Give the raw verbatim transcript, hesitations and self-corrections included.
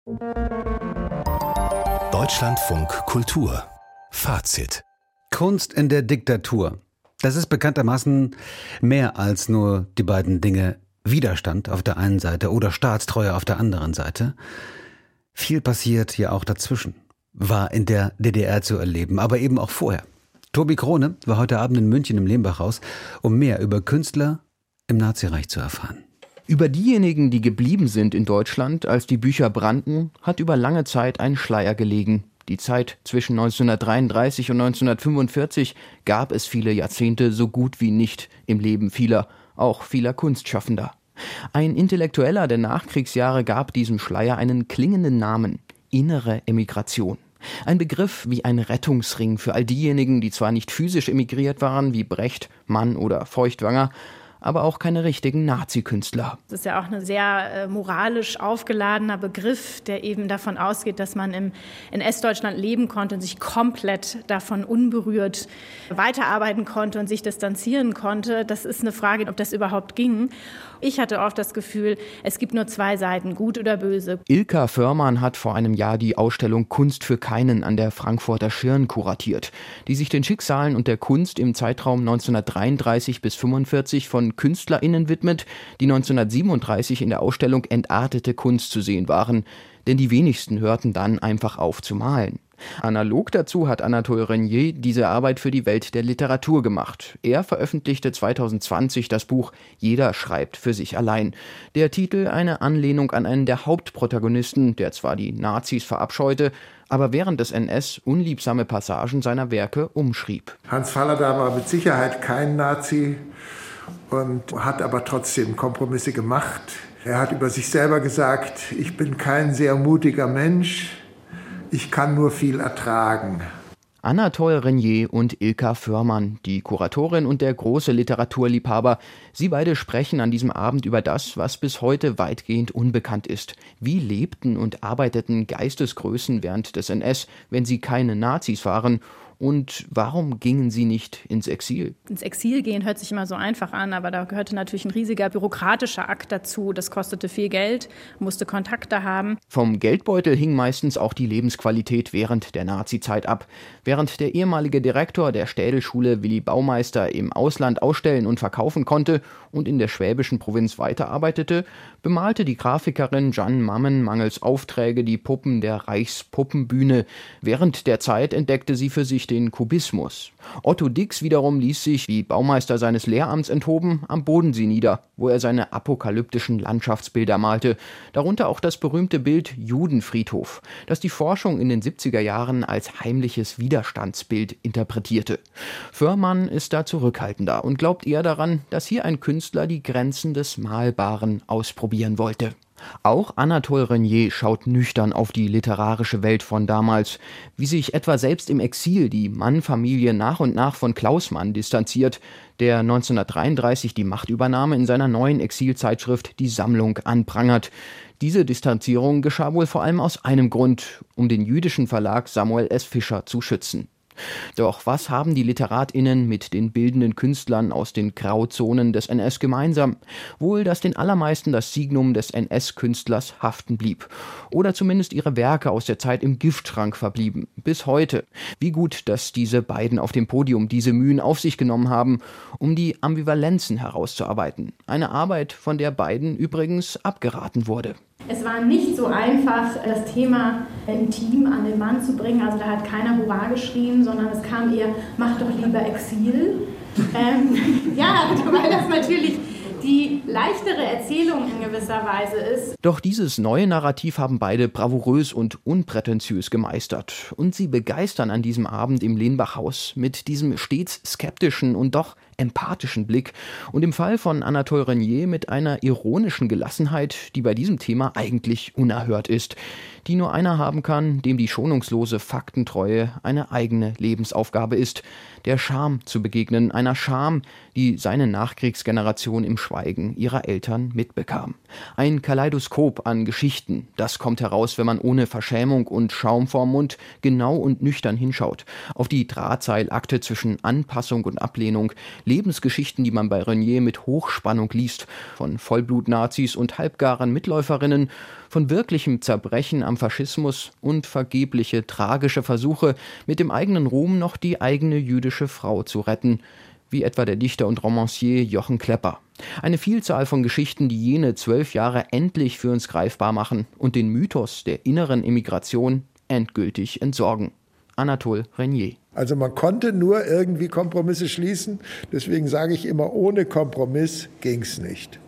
Deutschlandfunk Kultur Fazit. Kunst in der Diktatur. Das ist bekanntermaßen mehr als nur die beiden Dinge Widerstand auf der einen Seite oder Staatstreue auf der anderen Seite. Viel passiert ja auch dazwischen. War in der D D R zu erleben, aber eben auch vorher. Tobi Krone war heute Abend in München im Lehmbachhaus, um mehr über Künstler im Nazireich zu erfahren. Über diejenigen, die geblieben sind in Deutschland, als die Bücher brannten, hat über lange Zeit ein Schleier gelegen. Die Zeit zwischen neunzehnhundertdreiunddreißig und neunzehnhundertfünfundvierzig gab es viele Jahrzehnte so gut wie nicht im Leben vieler, auch vieler Kunstschaffender. Ein Intellektueller der Nachkriegsjahre gab diesem Schleier einen klingenden Namen: innere Emigration. Ein Begriff wie ein Rettungsring für all diejenigen, die zwar nicht physisch emigriert waren, wie Brecht, Mann oder Feuchtwanger, aber auch keine richtigen Nazi-Künstler. Das ist ja auch ein sehr äh, moralisch aufgeladener Begriff, der eben davon ausgeht, dass man im N S-Deutschland leben konnte und sich komplett davon unberührt weiterarbeiten konnte und sich distanzieren konnte. Das ist eine Frage, ob das überhaupt ging. Ich hatte oft das Gefühl, es gibt nur zwei Seiten, gut oder böse. Ilka Förmann hat vor einem Jahr die Ausstellung Kunst für keinen an der Frankfurter Schirn kuratiert, die sich den Schicksalen und der Kunst im Zeitraum neunzehnhundertdreiunddreißig bis fünfundvierzig von KünstlerInnen widmet, die neunzehnhundertsiebenunddreißig in der Ausstellung Entartete Kunst zu sehen waren. Denn die wenigsten hörten dann einfach auf zu malen. Analog dazu hat Anatole Renier diese Arbeit für die Welt der Literatur gemacht. Er veröffentlichte zweitausendzwanzig das Buch Jeder schreibt für sich allein. Der Titel eine Anlehnung an einen der Hauptprotagonisten, der zwar die Nazis verabscheute, aber während des N S unliebsame Passagen seiner Werke umschrieb. Hans Fallada war mit Sicherheit kein Nazi und hat aber trotzdem Kompromisse gemacht. Er hat über sich selber gesagt: Ich bin kein sehr mutiger Mensch. Ich kann nur viel ertragen. Anatole Renier und Ilka Förmann, die Kuratorin und der große Literaturliebhaber. Sie beide sprechen an diesem Abend über das, was bis heute weitgehend unbekannt ist. Wie lebten und arbeiteten Geistesgrößen während des N S, wenn sie keine Nazis waren? Und warum gingen sie nicht ins Exil? Ins Exil gehen hört sich immer so einfach an, aber da gehörte natürlich ein riesiger bürokratischer Akt dazu. Das kostete viel Geld, musste Kontakte haben. Vom Geldbeutel hing meistens auch die Lebensqualität während der Nazizeit ab. Während der ehemalige Direktor der Städelschule Willi Baumeister im Ausland ausstellen und verkaufen konnte und in der schwäbischen Provinz weiterarbeitete, bemalte die Grafikerin Jeanne Mammen mangels Aufträge die Puppen der Reichspuppenbühne. Während der Zeit entdeckte sie für sich den Kubismus. Otto Dix wiederum ließ sich, wie Baumeister seines Lehramts enthoben, am Bodensee nieder, wo er seine apokalyptischen Landschaftsbilder malte, darunter auch das berühmte Bild Judenfriedhof, das die Forschung in den siebziger Jahren als heimliches Widerstandsbild interpretierte. Förmann ist da zurückhaltender und glaubt eher daran, dass hier ein Künstler die Grenzen des Malbaren ausprobieren wollte. Auch Anatole Renier schaut nüchtern auf die literarische Welt von damals, wie sich etwa selbst im Exil die Mann-Familie nach und nach von Klaus Mann distanziert, der neunzehnhundertdreiunddreißig die Machtübernahme in seiner neuen Exilzeitschrift Die Sammlung anprangert. Diese Distanzierung geschah wohl vor allem aus einem Grund, um den jüdischen Verlag Samuel S. Fischer zu schützen. Doch was haben die LiteratInnen mit den bildenden Künstlern aus den Grauzonen des N S gemeinsam? Wohl, dass den allermeisten das Signum des N S-Künstlers haften blieb. Oder zumindest ihre Werke aus der Zeit im Giftschrank verblieben. Bis heute. Wie gut, dass diese beiden auf dem Podium diese Mühen auf sich genommen haben, um die Ambivalenzen herauszuarbeiten. Eine Arbeit, von der beiden übrigens abgeraten wurde. Es war nicht so einfach, das Thema im Team an den Mann zu bringen. Also da hat keiner Hurra geschrien, sondern es kam eher, mach doch lieber Exil. ähm, ja, weil das natürlich die leichtere Erzählung in gewisser Weise ist. Doch dieses neue Narrativ haben beide bravourös und unprätentiös gemeistert. Und sie begeistern an diesem Abend im Lehmbachhaus mit diesem stets skeptischen und doch empathischen Blick und im Fall von Anatole Renier mit einer ironischen Gelassenheit, die bei diesem Thema eigentlich unerhört ist, die nur einer haben kann, dem die schonungslose Faktentreue eine eigene Lebensaufgabe ist, der Scham zu begegnen, einer Scham, die seine Nachkriegsgeneration im Schweigen ihrer Eltern mitbekam. Ein Kaleidoskop an Geschichten, das kommt heraus, wenn man ohne Verschämung und Schaum vorm Mund genau und nüchtern hinschaut. Auf die Drahtseilakte zwischen Anpassung und Ablehnung, Lebensgeschichten, die man bei Renier mit Hochspannung liest, von Vollblut-Nazis und halbgaren Mitläuferinnen, von wirklichem Zerbrechen am Faschismus und vergebliche, tragische Versuche, mit dem eigenen Ruhm noch die eigene jüdische Frau zu retten, wie etwa der Dichter und Romancier Jochen Klepper. Eine Vielzahl von Geschichten, die jene zwölf Jahre endlich für uns greifbar machen und den Mythos der inneren Emigration endgültig entsorgen. Anatole Renier. Also man konnte nur irgendwie Kompromisse schließen. Deswegen sage ich immer, ohne Kompromiss ging es nicht.